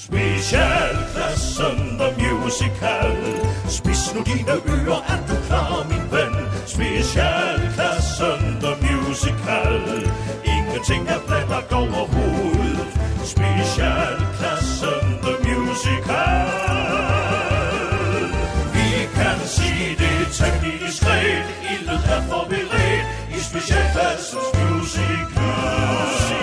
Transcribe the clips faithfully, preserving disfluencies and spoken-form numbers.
Specialklassen The Musical. Spids nu dine ører, er du klar, min ven? Specialklassen The Musical. Ingenting er planlagt overhovedet. Specialklassen The Musical. Vi kan sige det temmelig diskret. Ildet er forberedt i specialklassens musical.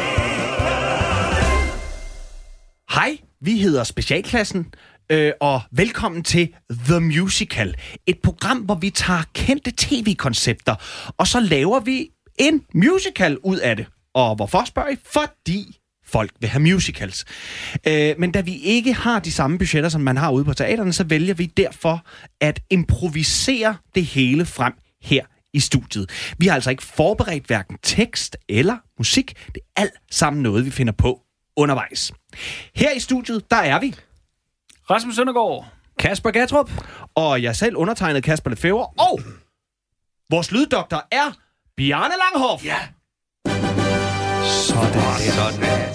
Hej, vi hedder Specialklassen, øh, og velkommen til The Musical. Et program, hvor vi tager kendte tv-koncepter, og så laver vi en musical ud af det. Og hvorfor, spørger I? Fordi folk vil have musicals. Øh, men da vi ikke har de samme budgetter, som man har ude på teaterne, så vælger vi derfor at improvisere det hele frem her i studiet. Vi har altså ikke forberedt hverken tekst eller musik. Det er alt sammen noget, vi finder på undervejs. Her i studiet, der er vi Rasmus Søndergaard, Kasper Gatrup, og jeg selv undertegnet Kasper Lefebvre, og vores lyddoktor er Bjarne Langhoff. Ja. Sådan, sådan.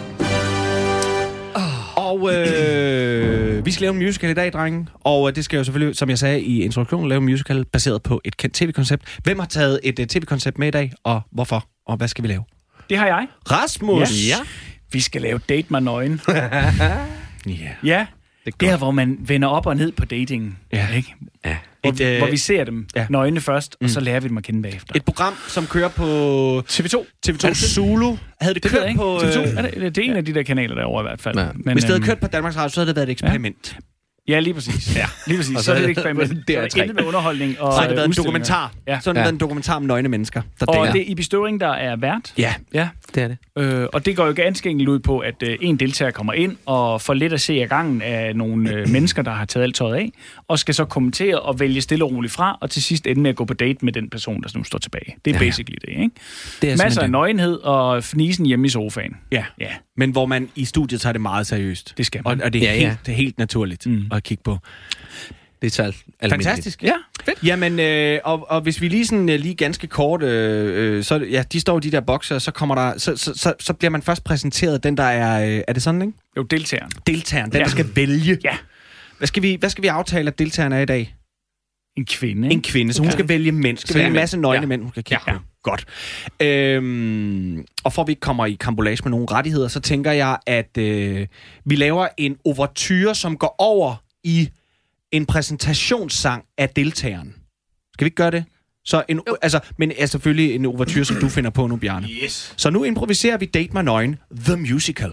Og øh, vi skal lave en musical i dag, drenge. Og øh, det skal jo selvfølgelig, som jeg sagde i introduktionen, lave en musical baseret på et kendt tv-koncept. Hvem har taget et uh, tv-koncept med i dag, og hvorfor? Og hvad skal vi lave? Det har jeg. Rasmus! Ja. Vi skal lave Date mig nøgen. Ja. Ja, det der hvor man vender op og ned på datingen. Ja. Ikke? Ja. Hvor, Et, øh, hvor vi ser dem ja. nøgne først, Mm. og så lærer vi dem at kende bagefter. Et program, som kører på T V to. T V to Zulu. Havde det, Det ved jeg kørt ikke. på... T V to. Øh, Er det, det er en af de der kanaler derovre i hvert fald. Ja. Men, hvis det havde øhm, kørt på Danmarks Radio, så havde det været et eksperiment. Ja, lige præcis. Ja, lige præcis. Og Så, så er det er et det- eksperiment. det er Så tre. endet med underholdning og Så har det været en udstillinger. dokumentar. Ja. Så har det Ja. været en dokumentar om nøgne mennesker, der Og deler. det er Ibi Støvring, der er vært. Ja. Ja. Det er det. Øh, og det går jo ganske enkelt ud på, at øh, en deltager kommer ind og får lidt at se af gangen af nogle øh, mennesker, der har taget alt tøjet af, og skal så kommentere og vælge stille og roligt fra, og til sidst ende med at gå på date med den person, der nu står tilbage. Det er Ja, ja. basically det, ikke? Det er Masser af nøgenhed og fnisen hjemme i sofaen. Ja. Ja, Men hvor man i studiet tager det meget seriøst. det skal Og, man. og det er, Ja, helt, ja. det er helt naturligt Mm. at kigge på. Det er så al- almindeligt. Fantastisk. Ja, Fedt. Jamen, øh, og, og hvis vi lige sådan øh, lige ganske kort, øh, øh, så ja, de står i de der bokser, så kommer der, så, så, så, så bliver man først præsenteret den der er, øh, er det sådan, ikke? jo, deltageren. Deltageren, den Ja. der skal vælge. Ja. Hvad skal vi, hvad skal vi aftale, at deltageren er i dag? En kvinde, ikke? En kvinde, så hun skal vælge mænd. Skal Skal vælge en vælge masse mænd. nøgne Ja. mænd, hun skal kigge Ja. på. Godt. Øhm, og for at vi ikke kommer i karambolage med nogle rettigheder, så tænker jeg, at øh, vi laver en ouverture, som går over i en præsentationssang af deltageren. Skal vi ikke gøre det? Så en, altså, men er selvfølgelig en ouverture, som du finder på nu, Bjarne. Yes. Så nu improviserer vi Date mig nøgen, The Musical.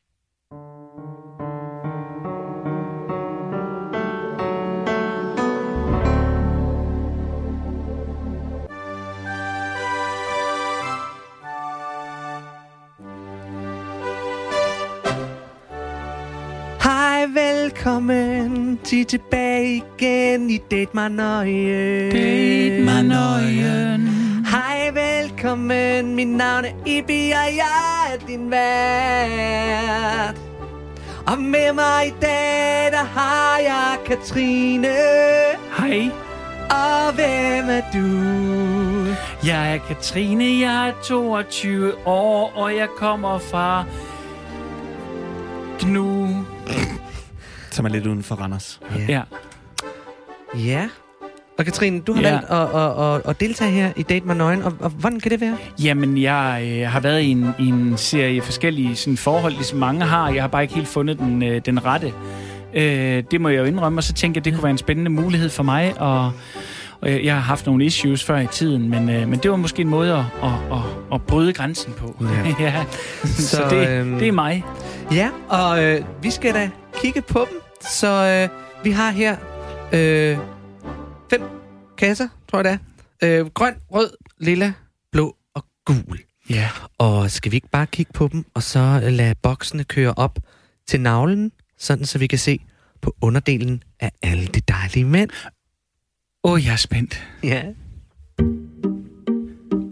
Hej, velkommen til tilbage igen i Date mig nøgen. Date mig nøgen. Hej, velkommen. Mit navn er Ibi, og jeg er din vært. Og med mig i dag, der har jeg Katrine. Hej, Og hvem er du? jeg er Katrine, jeg er toogtyve år, og jeg kommer fra Gnu. Som er lidt uden for Randers. Ja. Ja. Og Katrine, du har Ja. valgt at, at, at, at deltage her i Date mig nøgen, og, og hvordan kan det være? Jamen, jeg øh, har været i en, i en serie forskellige sådan, forhold, ligesom mange har. Jeg har bare ikke helt fundet den, øh, den rette. Øh, det må jeg jo indrømme, og så tænker jeg, det kunne være en spændende mulighed for mig. Og, og jeg, jeg har haft nogle issues før i tiden, men, øh, men det var måske en måde at, at, at, at bryde grænsen på. Ja. ja. Så, Så, så det, øhm, det er mig. Ja, og øh, vi skal da kigge på dem. Så øh, vi har her øh, fem kasser, tror jeg det er. Øh, grøn, rød, lilla, blå og gul. Ja. Og skal vi ikke bare kigge på dem, og så øh, lade boksene køre op til navlen, sådan så vi kan se på underdelen af alle de dejlige mænd? Åh, oh, jeg er spændt. Ja.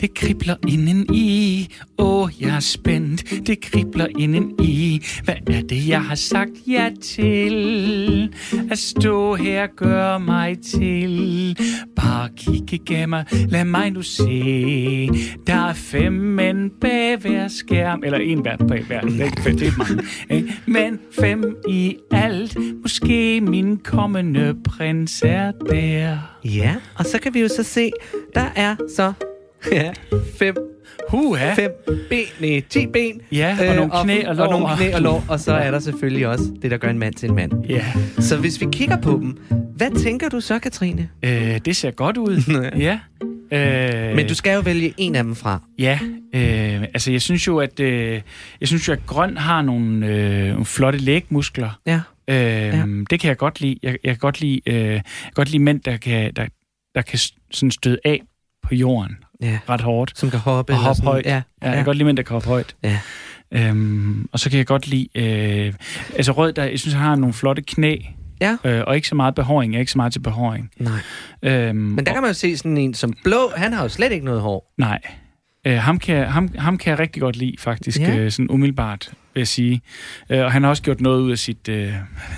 Det kribler inden i. Åh, jeg er spændt. Det kribler inden i. Hvad er det, jeg har sagt ja til? At stå her gør mig til. Bare kigge gennem mig. Lad mig nu se. Der er fem mænd bag hver skærm. Eller en hver bag hver. Det er mange. Ikke? Men fem i alt. Måske min kommende prins er der. Ja, og så kan vi jo så se, der er så ja, fem, Huha. fem ben, nej, ti ben. Ja, og nogle knæ og lår. Og nogle knæ og lår, og så er der selvfølgelig også det, der gør en mand til en mand. Ja. Så hvis vi kigger på dem, hvad tænker du så, Katrine? Øh, det ser godt ud. Ja. Øh, Men du skal jo vælge en af dem fra. Ja, øh, altså jeg synes jo, at øh, jeg synes jo, at Grøn har nogle, øh, nogle flotte lægmuskler. Ja. Øh, ja. Det kan jeg godt lide. Jeg, jeg kan godt lide, øh, jeg kan godt lide mænd, der kan, der, der kan sådan støde af på jorden Ja. ret hårdt. Som kan hoppe. Og hoppe sådan. højt. Ja. Ja, jeg kan godt lide mænd, der kan hoppe højt. Ja. Øhm, og så kan jeg godt lide... Øh, altså Rød, der, jeg synes, han har nogle flotte knæ. Ja. Øh, og ikke så meget behåring. Jeg er ikke så meget til behåring. Nej. Øhm, Men der kan man jo se sådan en som Blå. Han har jo slet ikke noget hår. Nej. Øh, ham, kan, ham, ham kan jeg rigtig godt lide, faktisk. Ja. Øh, sådan umiddelbart, vil jeg sige. Øh, og han har også gjort noget ud af sit... Øh,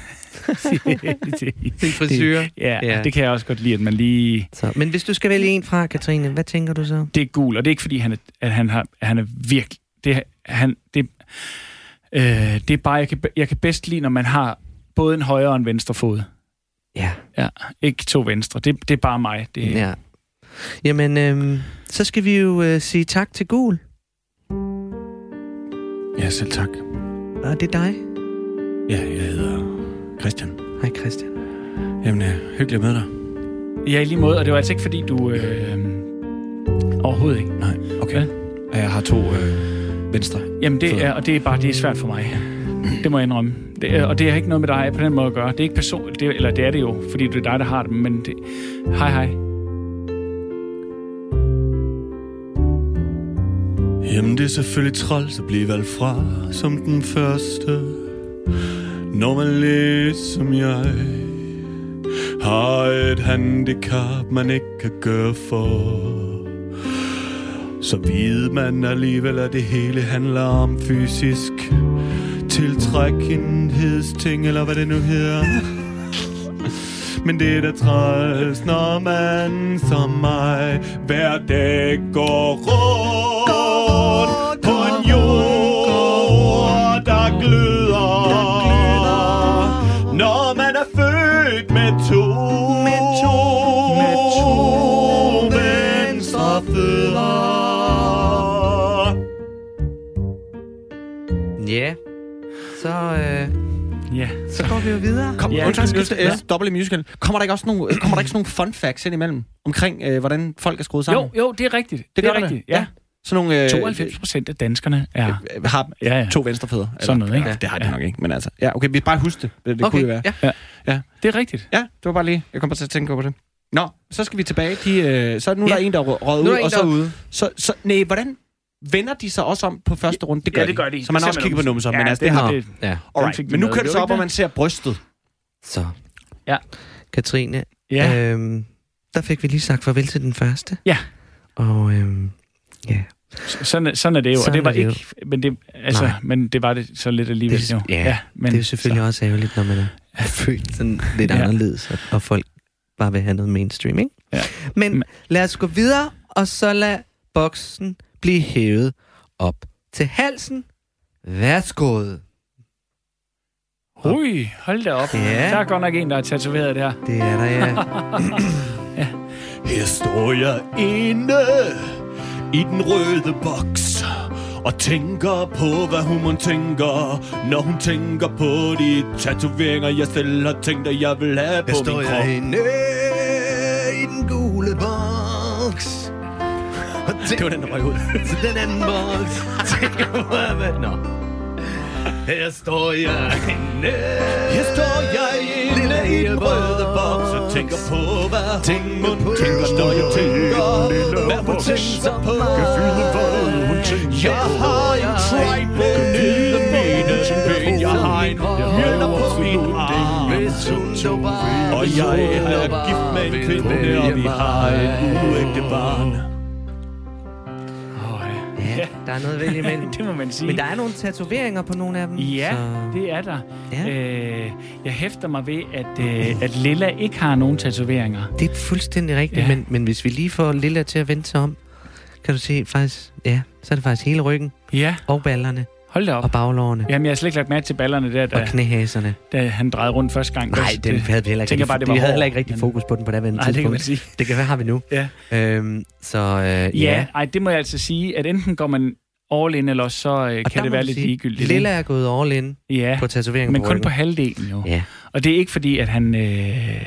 Sin frisyr. Ja, Ja. det kan jeg også godt lide, at man lige... Så, men hvis du skal vælge en fra, Katrine, hvad tænker du så? Det er gul, og det er ikke fordi, han er, at han, har, at han er virkelig... Det, er- han, det, øh, det er bare, jeg kan, jeg kan bedst lide, når man har både en højre og en venstre fod. Ja. Ja, ikke to venstre. Det, det er bare mig. Det, Ja. Jamen, øhm, så skal vi jo øh, sige tak til Gul. Ja, selv tak. Og det er dig. Ja, jeg hedder Christian. Hej, Christian. Jamen, ja, hyggeligt med dig. Ja, i lige måde, og det var altså ikke fordi, du... Øh, overhovedet ikke. Nej, okay. Ja. Jeg har to øh, venstre. Jamen, det Fødder. er, og det er bare det er svært for mig. Det må jeg indrømme. Det er, og det er ikke noget med dig på den måde at gøre. Det er ikke personligt, det, eller det er det jo, fordi det er dig, der har det, men det... Hej, hej. Jamen det er selvfølgelig træls at blive valgt fra som den første, når man ligesom jeg har et handicap, man ikke kan gøre for. Så ved man alligevel, at det hele handler om fysisk tiltrækkenhedsting, eller hvad det nu hedder. Men det er da træls, når man som mig hver dag går rundt på en jord, der gløder. Når man er født med to, med to, med to venstre fødder. Ja. Så, øh, Ja. så går vi jo videre. Kom, Ja, ja, undskyld, undskyld, ja. ja. dobbelt musical. Kommer der ikke også nogle, kommer der ikke sådan nogle fun facts ind imellem omkring, øh, hvordan folk er skruet sammen? Jo, jo, det er rigtigt. Det, det det gør er det. rigtigt, ja. Sådan nogle... Øh, tooghalvfems procent af danskerne er... øh, har Ja, ja. to venstrefødder. Sådan noget, ikke? Ja, det har de Ja. nok ikke, men altså... Ja, okay, vi bare huske det. Det, det Okay, kunne jo være. ja. Ja. Det er rigtigt. Ja, det var bare lige... Jeg kom bare til at tænke på det. Nå, så skal vi tilbage. De, øh, så er nu Ja. der en, der er røget Nu ud. er der en, og så, der er ude. Så, så, nej, hvordan vender de sig også om på første runde? Det gør, Ja, det gør de. Så man Det også ser kigger på numser. Ja, men altså, det, det har har vi. det. Ja. Den Alright, fik de men nu med. kører det Det så var op, ikke og man ser brystet. Så. Ja. Katrine, Ja. øhm, der fik vi lige sagt farvel til den første. Ja. Og øhm, ja. Sådan, sådan er det jo, Sådan og det var er det jo. ikke... Men det, altså, Nej. men det var det så lidt alligevel. Det, jo. ja, men, det er jo selvfølgelig så. også ærgerligt, når man er født sådan lidt Ja. anderledes, og, og folk bare vil have noget mainstream, ikke? Ja. Men Men- lad os gå videre, og så lad boksen blive hævet op til halsen. Værsgo. Ui, hold da op. Ja. Der er godt nok en, der er tatoveret der. Det er der, ja. Her står jeg inde i den røde boks og tænker på, hvad hun må tænker, når hun tænker på de tatoveringer, jeg selv har tænkt, at jeg vil have på min krop. inde i den gule boks. Det var den, der røg ud. Så den anden boks. Tænker på, hvad... Nå. Her står jeg inde. Her står jeg inde i den røde boks og tænker på, hvad hun må tænker, når jeg tænker, hvad hun tænker på. Jeg har en tribe nede mine ben, jeg har en mjølner på min arm. Og jeg er gift med en kvinde, og vi har et uægte barn. Ja, der er noget at vælge imellem. Det må man sige. Men der er nogle tatoveringer på nogle af dem. Ja, så... det er der. Ja. Øh, jeg hæfter mig ved, at, øh, at Lilla ikke har nogen tatoveringer. Det er fuldstændig rigtigt, Ja. men, men hvis vi lige får Lilla til at vende sig om, kan du se faktisk, ja, så er det faktisk hele ryggen Ja, og ballerne hold da op. og baglårene Jamen, jeg har slet ikke lagt mærke til ballerne der, og da, knæhaserne. da han drejede rundt første gang. Nej, det, den havde vi heller ikke tænker rigtig, bare, det var vi havde hård, heller ikke rigtig men- fokus på den på det Nej, det kan man sige. Det kan være, har vi nu. Ja. Øhm, så øh, ja. Ja, ej, det må jeg altså sige, at enten går man all in, eller så øh, Og der kan det må være du lidt sige, ligegyldigt. Lilla er gået all in Ja, på tatoveringer men på kun ryggen. på halvdelen jo. Ja. Og det er ikke fordi, at han... Øh,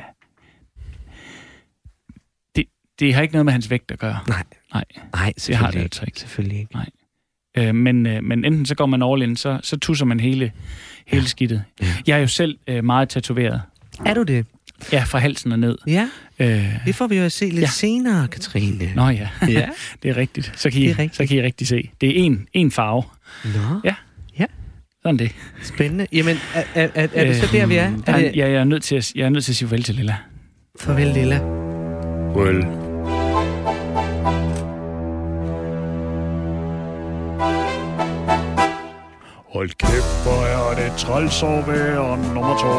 det, det har ikke noget med hans vægt at gøre. Nej. Nej, Nej, det har det selvfølgelig altså ikke. Selvfølgelig ikke. Øh, men, øh, men enten så går man all in, så, så tusser man hele, hele skidtet. Ja. Jeg er jo selv øh, meget tatoveret. Er du det? Ja, fra halsen og ned. Ja, Øh, det får vi jo at se lidt Ja. senere, Katrine. nå ja, Ja. det er rigtigt. Så kan, I, Det er rigtigt. så kan I rigtig se. Det er en, en farve. Nå, Ja. Ja. Sådan det. spændende. Jamen, er, er, er, er det så der, vi er? Øhm, er der, det... ja, jeg er nødt til at, jeg er nødt til at sige farvel til Lilla. Farvel, Lilla. Well. Hold kæft, hvor er det træls at være nummer to.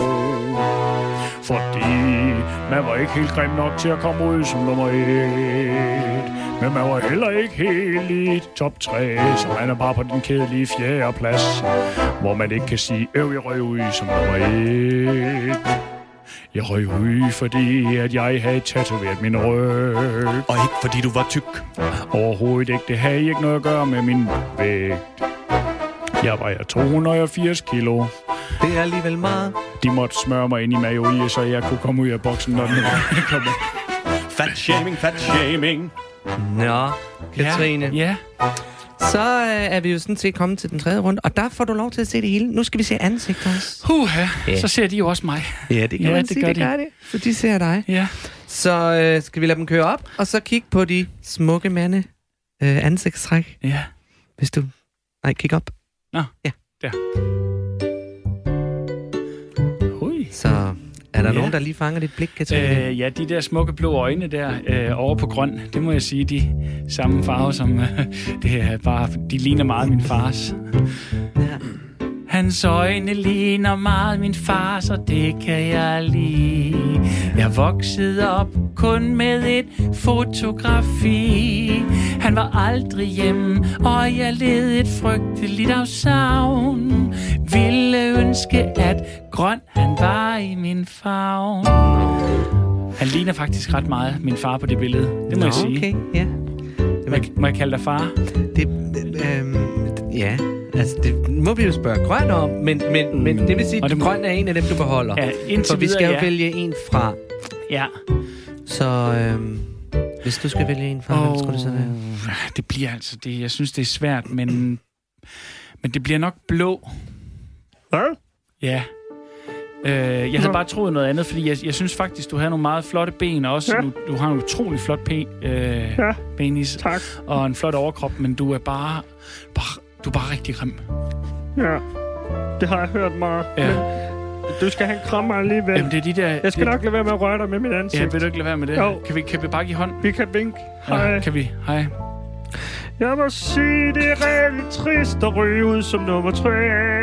Fordi man var ikke helt grim nok til at komme ud som nummer et. Men man var heller ikke helt i top tre, så man er bare på den kedelige fjerde plads, hvor man ikke kan sige, øv, jeg røg ud som nummer et. Jeg røg ud, fordi at jeg havde tatoveret min ryg. Og ikke fordi du var tyk. Overhovedet ikke. Det havde ikke noget at gøre med min vægt. Jeg vejer to hundrede og firs kilo. Det er alligevel meget. De måtte smøre mig ind i mayo, så jeg kunne komme ud af boksen, når den kom. Fat shaming, fat shaming. Nå, Katrine. Ja, Så øh, er vi jo sådan set kommet til den tredje runde, og der får du lov til at se det hele. Nu skal vi se ansigter også. Huha, Ja. så ser de jo også mig. Ja, det kan Ja, man det sige, gør det de. gør det. Så de ser dig. Ja. Så øh, skal vi lade dem køre op, og så kigge på de smukke mande øh, ansigtstræk, Ja. hvis du... Nej, kig op. Nå, Ja. der. Hui. Så er der Ja. nogen, der lige fanger dit blik, Katrine? Øh, ja, de der smukke blå øjne der øh, over på grøn, det må jeg sige, de samme farve som øh, det er bare, de ligner meget min fars. Ja. Hans øjne ligner meget min fars, og det kan jeg lide. Jeg voksede op kun med et fotografi. Han var aldrig hjemme, og jeg led et frygteligt af savn. Ville ønske, at grøn han var i min favn. Han ligner faktisk ret meget min far på det billede. Det må Nå, jeg sige. okay, ja. Må jeg, må jeg kalde dig far? Det, det, øhm, ja, altså det må vi jo spørge Grøn om, men, men, men det vil sige, Og at det må- Grøn er en af dem, du beholder. Ja, indtil For vi skal videre, jo ja. vælge en fra. Ja. Så øhm, hvis du skal vælge en fra, hvem skulle det så være? Åh, det bliver altså det. Jeg synes, det er svært, men, men det bliver nok blå. Hvad? Ja. Øh, jeg havde bare troet noget andet, fordi jeg, jeg synes faktisk, du havde nogle meget flotte ben, og også Ja. du, du har en utrolig flot pen, øh, Ja. penis, Tak. og en flot overkrop, men du er bare, bare du er bare rigtig grim. Ja, det har jeg hørt meget. Ja. Du skal have en krammer alligevel. Jamen, det er de der... Jeg skal det, nok lade være med at røre dig med mit ansigt. Ja, vil du ikke lade være med det? Jo. Kan vi, kan vi bare give hånd? Vi kan vinke. Hej. Ja, kan vi? Hej. Jeg må sige, det er rigtig trist at ryge ud som nummer tre.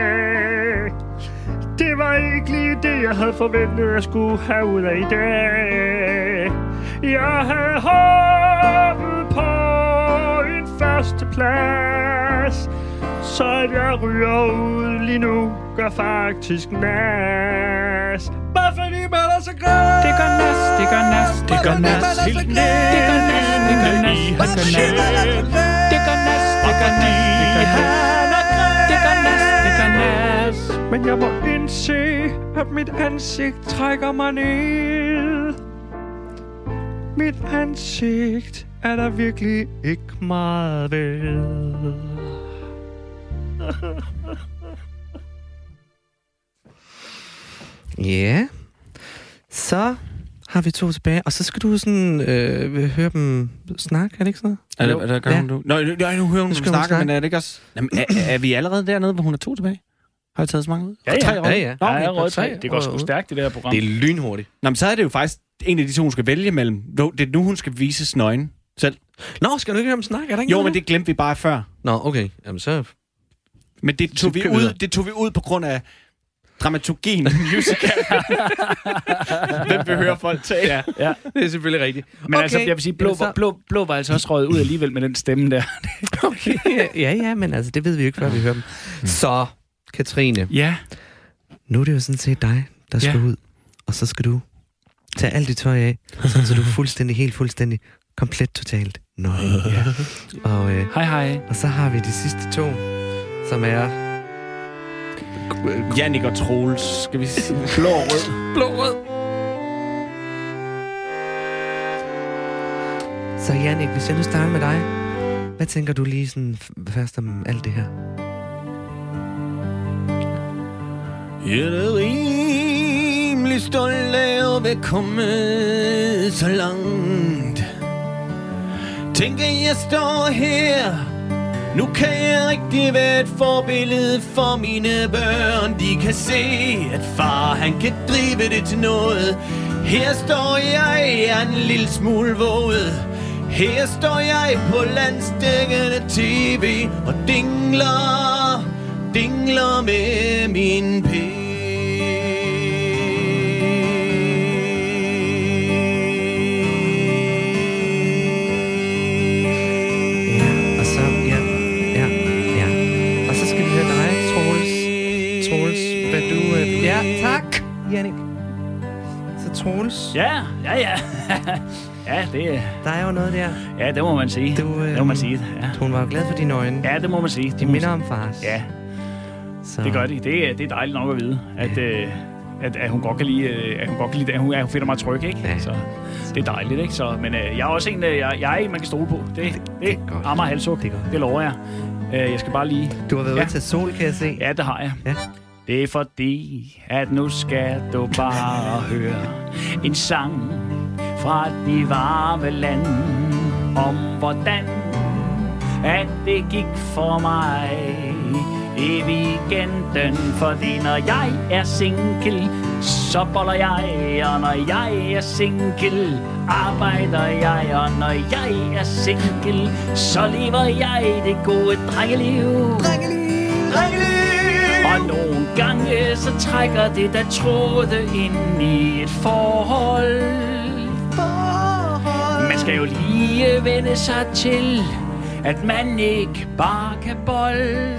Det var ikke lige det, jeg havde forventet, jeg skulle have ud af i dag. Jeg havde håbet på en førsteplads, så at jeg ryger ud lige nu, gør faktisk nas. Bare fordi man er så glad. Det gør nas, det gør nas, det gør nas. helt Det gør nas, det gør nas, det gør nas. Det gør nas, det gør nas, det gør nas. Det gør nas, det gør nas. Men jeg må indse, at mit ansigt trækker mig ned. Mit ansigt er der virkelig ikke meget ved. Ja. Så har vi to tilbage, og så skal du sådan øh, høre dem snakke, er det ikke sådan Er noget? det, er det, gør Ja. hun nu? Nå, nej, nu hører hun Nu dem skal hun snakke, snakke. men er det ikke også... Jamen, er, er vi allerede dernede, hvor hun er to tilbage? Har jeg taget så mange ud? Ja, ja. Tre år? Ja, ja. Nå, Der okay. er rødt tre tre. Det går sgu røde. stærkt, det der program. Det er lynhurtigt. Nå, men så er det jo faktisk en af de to, hun skal vælge mellem. Nå, det er nu, hun skal vise nøgen. selv. Nå, skal du ikke høre dem snakke? Er der ikke Jo, noget men der? det glemte vi bare før. Nå, okay. Jamen så... Men det tog, vi kører vi ud, videre. det tog vi ud på grund af dramaturgien i musical. Hvem vil høre folk tale? Ja, ja. Det er selvfølgelig rigtigt. Men okay. altså, jeg vil sige, blå, så... blå, blå var altså også røget ud alligevel med den stemme der. Okay, ja, ja, men altså, det ved vi jo ikke, før vi hører dem. Så, Katrine, Ja. nu er det jo sådan set dig, der skal Ja. ud, og så skal du tage alt dit tøj af, sådan, så du er fuldstændig, helt fuldstændig, komplet totalt nøgen. Ja. Og, øh, Hej, hej. og så har vi de sidste to, som er... Jannik og Troels. Skal vi sige blå og rød? Blå rød. Så Jannik, hvis jeg nu starter med dig, hvad tænker du lige sådan f- først om alt det her? Jeg er rimelig stolt af at være kommet så langt. Tænk, at jeg står her. Nu kan jeg rigtig være et forbillede for mine børn. De kan se, at far han kan drive det til noget. Her står jeg, er en lille smule våd. Her står jeg på landsdækkende tv og dingler, dingler med min pæ. Ja, tak, Jannik. Så Troels, Ja, ja, ja. ja, det, der er jo noget der. ja, det må man sige. Du, øh, det må man sige, ja. Hun var jo glad for dine øjne. Ja, det må man sige. De Det må minder man om fars. sige. Ja, Så. det gør de. Det, er- det er dejligt nok at vide, at, øh, at, at hun godt kan lide, øh, at hun godt kan lide det. At hun, at hun finder mig tryg, ikke? Ja. Så det er dejligt, ikke? Så, men øh, jeg er også en, øh, jeg, jeg er en, man kan stole på. Det, det, det er godt. Amager halshug. Det er godt. Det lover jeg. Øh, jeg skal bare lige... Du har været Ja. ude til sol, kan jeg se. Ja, det har jeg. Ja. Det er fordi, at nu skal du bare høre en sang fra de varme lande om hvordan at det gik for mig i weekenden. Fordi når jeg er single, så boller jeg, og når jeg er single, arbejder jeg, og når jeg er single, så lever jeg det gode drengeliv. Drengeliv! Drengeliv! Og nogle gange så trækker det der tråde ind i et forhold. Man skal jo lige vende sig til, at man ikke bare kan bolle.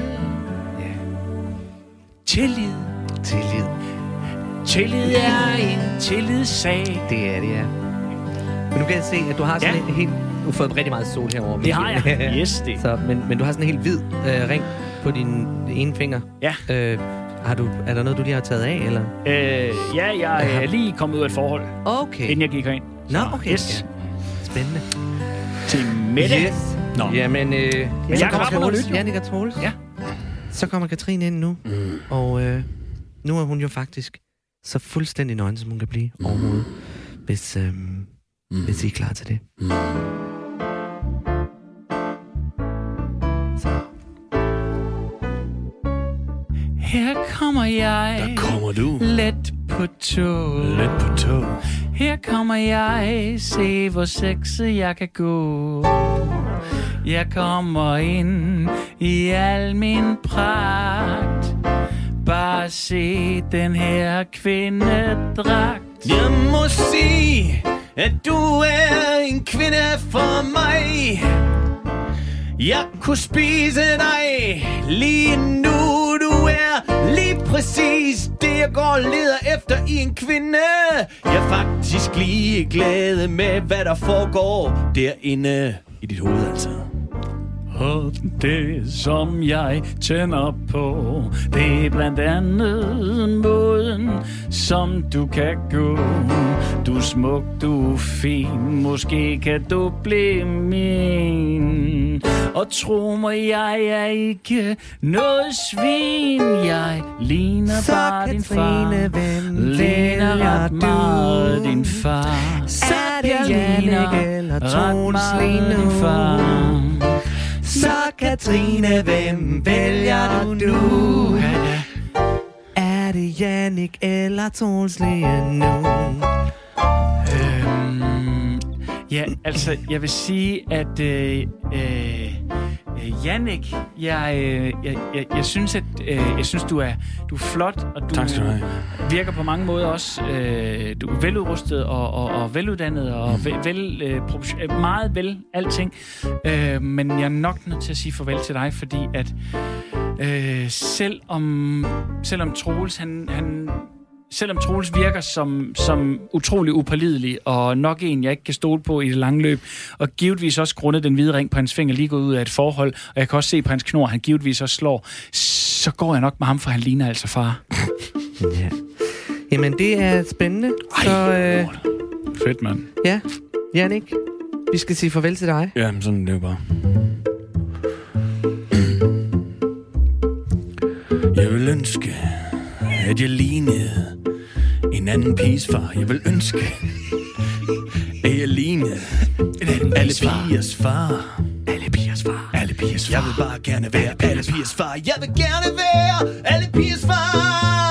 Tillid. Tillid. Tillid er en tillidssag. Det er det, ja. Men nu kan jeg se, at du har sådan Ja. en helt... Du har fået rigtig meget sol herovre. Det har jeg. Yes, det. Så, men, men du har sådan en helt hvid øh, ring på din ene finger. Ja. Øh, har du, er der noget, du lige har taget af, eller? Øh, ja, jeg er lige kommet ud af et forhold, Okay. inden jeg gik herind. Nå, okay. Yes. Ja. Spændende. Til Mette. Yes. Nå. Jamen, øh, jeg så er kommer klar på noget Troels. nyt, jo. Jannik og Troels. Ja. Så kommer Katrine ind nu, mm. og øh, nu er hun jo faktisk så fuldstændig nøgen, som hun kan blive mm. overhovedet, hvis, øh, mm. hvis I er klar til det. Mm. Så. Her kommer jeg. Der kommer du. Let på tog. Let på tog. Her kommer jeg. Se hvor sexet jeg kan gå. Jeg kommer ind i al min pragt. Bare se den her kvindedragt. Jeg må sige, at du er en kvinde for mig. Jeg kunne spise dig lige nu. Du er lige præcis det, jeg går og leder efter i en kvinde. Jeg er faktisk lige glad med, hvad der foregår derinde i dit hoved, altså. Og det, som jeg tænder på, det er blandt andet måden, som du kan gå. Du er smuk, du er fin, måske kan du blive min. Og tro mig, jeg er ikke noget svin. Jeg ligner Så bare din far. Katrine, hvem Ligner vælger ret du? meget din far. Så er det Jeg Jannik ligner eller ret Troels meget lige din nu? far. Så Katrine, hvem vælger du nu? Er det Jannik eller Troels lige nu? Øhm, Ja, altså, jeg vil sige, at øh, øh, Jannik, jeg, øh, jeg, jeg, jeg synes, at øh, jeg synes, du er du er flot, og du virker på mange måder også. Øh, du er veludrustet og, og, og veluddannet og vel, vel, øh, meget vel alting. Øh, men jeg er nok nødt til at sige farvel til dig, fordi at øh, selvom selvom Troels han han Selvom Troels virker som, som utrolig upålidelig, og nok en, jeg ikke kan stole på i det lange løb, og givetvis også grundet den hvide ring på hans finger lige gået ud af et forhold, og jeg kan også se på hans knor, han givetvis også slår, så går jeg nok med ham, for han ligner altså far. Ja. Jamen, det er spændende. Ej, så, øh, fedt, mand. Ja, Jannik, vi skal sige farvel til dig. Jamen, sådan det er bare. Jeg vil ønske, at jeg lignede en anden piges far. Jeg vil ønske, at jeg lignede alle pigers far. Alle pigers far. Alle pigers far. Jeg vil bare gerne være alle pigers far. Jeg vil gerne være alle pigers far.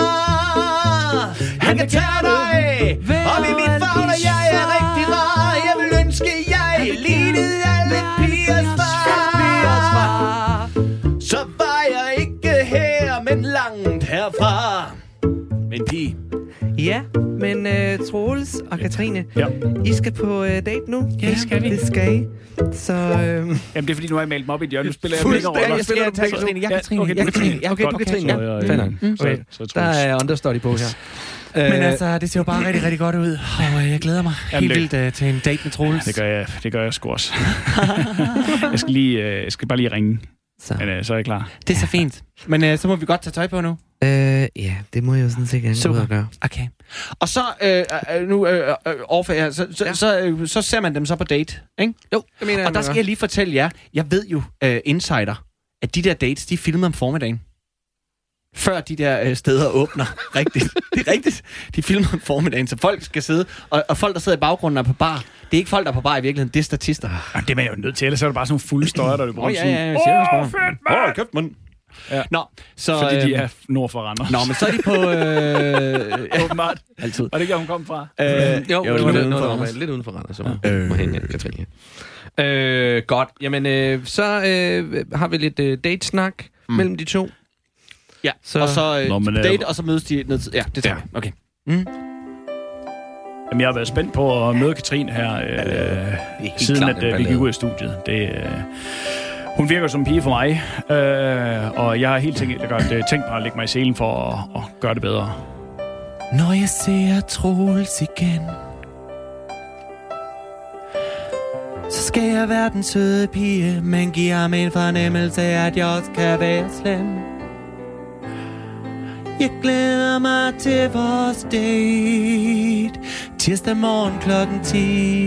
Han kan tage dig, og vi min far, og jeg er rigtig rar. Jeg vil ønske, jeg lignede alle pigers far. Så var jeg ikke her, men langt herfra. Men pige. Ja, men uh, Troels og Katrine, ja. I skal på uh, date nu. Ja, det skal vi. Det skal I. Så, uh... Jamen, det er fordi, nu har jeg malet mig op i et hjørne. Nu spiller jeg mega roller. Jeg skal tage Katrine. Jeg er Katrine. Okay, du Katrine. Ja, okay, du Katrine. Ja, fanden. Okay, der er understudy på her. Men altså, det ser jo bare rigtig, rigtig godt ud. Og jeg glæder mig helt vildt uh, til en date med Troels. Ja, det gør jeg, det gør jeg sgu også. jeg, skal lige, uh, jeg skal bare lige ringe. Så. Men uh, så er jeg klar. Det er så fint. Men uh, så må vi godt tage tøj på nu. Øh, ja, det må jeg jo sådan set gerne gå ud og gøre. Okay. Og så, øh, nu øh, øh, overfor jer, så, så, ja. så, øh, så ser man dem så på date, ikke? Jo, det mener jeg. Og der skal jeg lige fortælle jer, jeg ved jo, øh, insider, at de der dates, de filmer om formiddagen. Før de der øh, steder åbner. Rigtigt. Det er rigtigt. De filmer om formiddagen, så folk skal sidde, og, og folk, der sidder i baggrunden, er på bar. Det er ikke folk, der er på bar i virkeligheden, det er statister. Ja, det er man jo nødt til, ellers er det bare sådan nogle fulde støjer, der løber rundt. Åh, ja, ja, ja. Åh, fedt, mand! Åh, kæft, mand! Ja. Nå, så, fordi de øh, er nord for Randers. Nå, men så er de på... Øh, ja, åbenbart. Altid. Og det kan hun komme fra. Øh, jo, jo, det var lidt, uden for noget, lidt uden for Randers. Så ja. øh, må hænge Katrine. Øh, godt. Jamen, øh, så øh, har vi lidt øh, datesnak mm. mellem de to. Ja, så, og så øh, Nå, men, date, øh, og så mødes de ned til... Ja, det tager ja. vi. Okay. Mm. Jamen, jeg har været spændt på at møde Katrine her, øh, siden klart, at øh, vi gik ud af studiet. Det, øh, hun virker som en pige for mig, øh, og jeg har helt tænkt, øh, tænkt mig at lægge mig i selen for at, at gøre det bedre. Når jeg ser Troels igen, så skal jeg være den søde pige, men giver ham en fornemmelse af, at jeg også kan være slem. Jeg glæder mig til vores date tirsdag morgen klokken ti.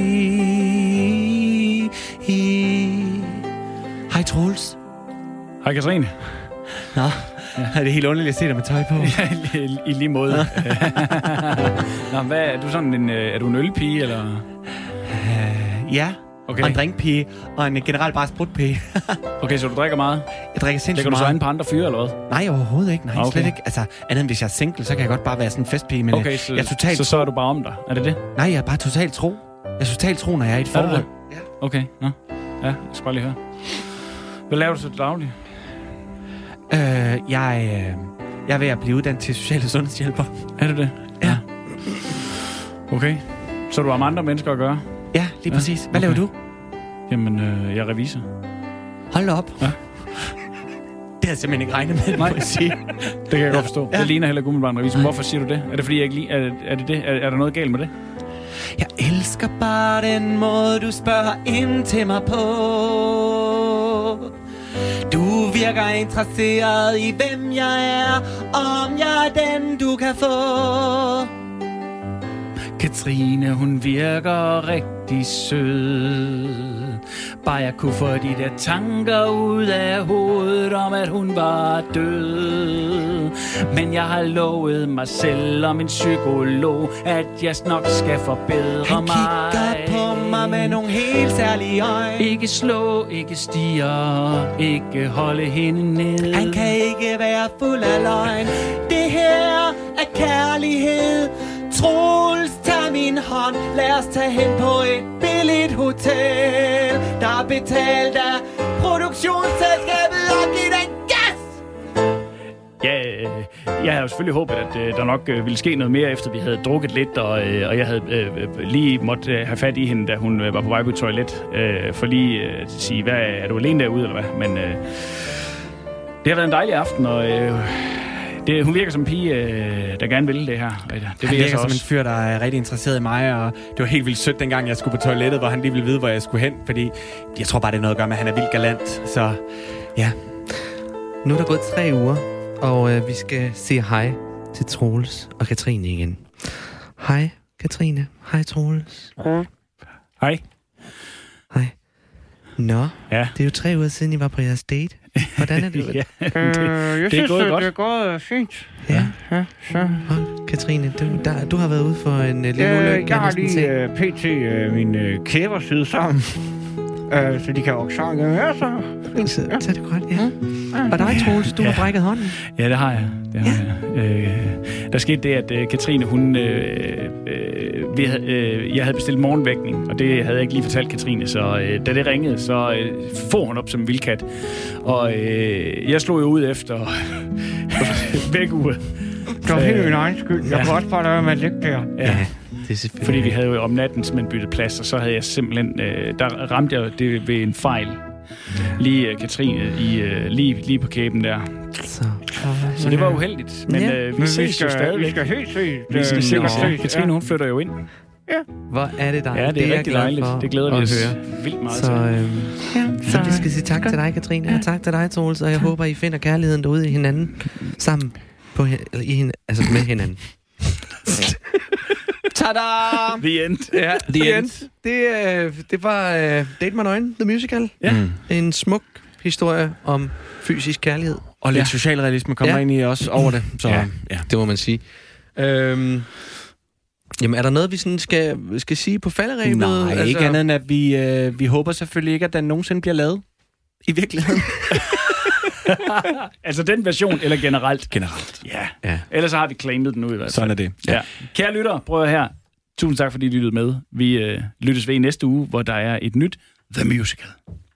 Hej Troels. Hej Katrine. Nå, ja. Er det helt underligt at se dig med tøj på? Ja, i, i lige måde. Nå, hvad, er du sådan en, er du en ølpige, eller? Uh, ja. Okay. Og en drinkpige, og en generelt bare sprutpige. Okay, så du drikker meget? Jeg drikker sindssygt meget. Lægger du så an på andre fyre, eller hvad? Nej, overhovedet ikke. Nej, okay. Slet ikke. Altså, andet end hvis jeg er single, så kan jeg godt bare være sådan en festpige, men okay, så, jeg er totalt så, så er du bare om dig. Er det det? Nej, jeg er bare totalt tro. Jeg er totalt tro, når jeg er i et forhold. Det? Ja. Okay, nå. Ja, jeg skal bare lige høre. Hvad laver du så dagligt? Øh, jeg, øh, jeg er ved at blive uddannet til social- og sundhedshjælper. Er det det? Ja. Okay. Så du har med andre mennesker at gøre? Ja, lige præcis. Hvad okay. laver du? Jamen, øh, jeg er revisor. Hold da op. Ja. Det havde jeg simpelthen ikke regnet med, må jeg sige. Det kan jeg godt forstå. Ja. Det ligner heller ikke umiddelbart en revisor. Hvorfor siger du det? Er det fordi, jeg ikke lige... Er, er, det det? Er, er der noget galt med det? Jeg elsker bare den måde, du spørger ind til mig på. Du virker interesseret i, hvem jeg er, om jeg er den, du kan få. Katrine, hun virker rigtig sød. Bare jeg kunne få de der tanker ud af hovedet om, at hun var død. Men jeg har lovet mig selv og min psykolog, at jeg nok skal forbedre Han mig. Han kigger på mig med nogle helt særlige øjne. Ikke slå, ikke stiger, ikke holde hende ned. Han kan ikke være fuld af løgn. Det her er kærlighed. Troels, tag min hånd, lad os tage hen på et billede. billigt hotel, der er betalt af produktionsselskabet og givet den gas. Ja, øh, jeg havde jo selvfølgelig håbet, at øh, der nok øh, ville ske noget mere, efter vi havde drukket lidt, og, øh, og jeg havde øh, lige måtte øh, have fat i hende, da hun øh, var på vej på toilet, øh, for lige øh, at sige, hvad, er du alene derude, eller hvad? Men øh, det har været en dejlig aften, og øh, det, hun virker som en pige, øh, der gerne vil det her. Det han virker som en fyr, der er rigtig interesseret i mig, og det var helt vildt sødt, dengang jeg skulle på toilettet, hvor han lige ville vide, hvor jeg skulle hen, fordi jeg tror bare, det er noget at gøre med, at han er vildt galant, så ja. Nu er der gået tre uger, og øh, vi skal sige hej til Troels og Katrine igen. Hej, Katrine. Hej, Troels. Hej. Hej. Nå, Ja. det er jo tre uger siden, I var på jeres date. Hvordan er det? Ja, det, Øh, jeg det er gået godt. det er gået fint. Ja. Ja, så. Og Katrine, du, der, du har været ude for en uh, lille Øh, ulykke, kan jeg har næsten lige se. uh, pt. Uh, mine uh, kæber syet sammen, uh, så de kan vokse sammen. Ja, så. Så, så er det godt, ja. Og dig, Troels, du Ja. har brækket hånden. Ja, det har jeg. Det har jeg. Øh, der skete det, at øh, Katrine, hun... Øh, øh, vi havde, øh, jeg havde bestilt morgenvækning, og det havde jeg ikke lige fortalt Katrine, så øh, da det ringede, så øh, får hun op som en vildkat. Og øh, jeg slog jo ud efter vækkeuret. Det var helt min egen skyld. Jeg Ja. kunne også bare lade være med at ligge der. Ja. Det er selvfølgelig. Fordi vi havde jo om natten simpelthen byttet plads, og så havde jeg simpelthen... Øh, der ramte jeg det ved en fejl. Lige uh, Katrine, i, uh, lige, lige på kæben der. Så. Så det var uheldigt. Men Ja. uh, vi Men ses vi jo skal, stadigvæk. vi skal helt se. Vi skal øh, sikkert nå. se. Katrine, hun flytter jo ind. Hvor er det dejligt. Ja, det er, jeg rigtig glad dejligt. for Det glæder vi at os høre. vildt meget Så, til. øhm, så vi skal sige tak til dig, Katrine, og tak til dig, Troels, og jeg håber, I finder kærligheden derude i hinanden sammen på, hi- eller i hin- altså med hinanden. Tada! The end. Ja, The end. Det, øh, det var øh, Date med nøgen, The Musical. Ja. Mm. En smuk historie om fysisk kærlighed. Og lidt Ja. ja. socialrealisme kommer Ja. ja. ind i også over det. Så, Ja. ja. Ja. Det må man sige. Øhm, jamen, er der noget, vi sådan skal, skal sige på falderæbet? Nej, altså... ikke andet end, at vi, øh, vi håber selvfølgelig ikke, at den nogensinde bliver lavet. I virkeligheden. Altså den version, eller generelt? Generelt. Ja. Ja. Ellers så har vi claimet den nu i hvert fald. Sådan er det. Ja. Kære lytter, prøv her. Tusind tak, fordi I lyttede med. Vi øh, lyttes ved i næste uge, hvor der er et nyt The Musical.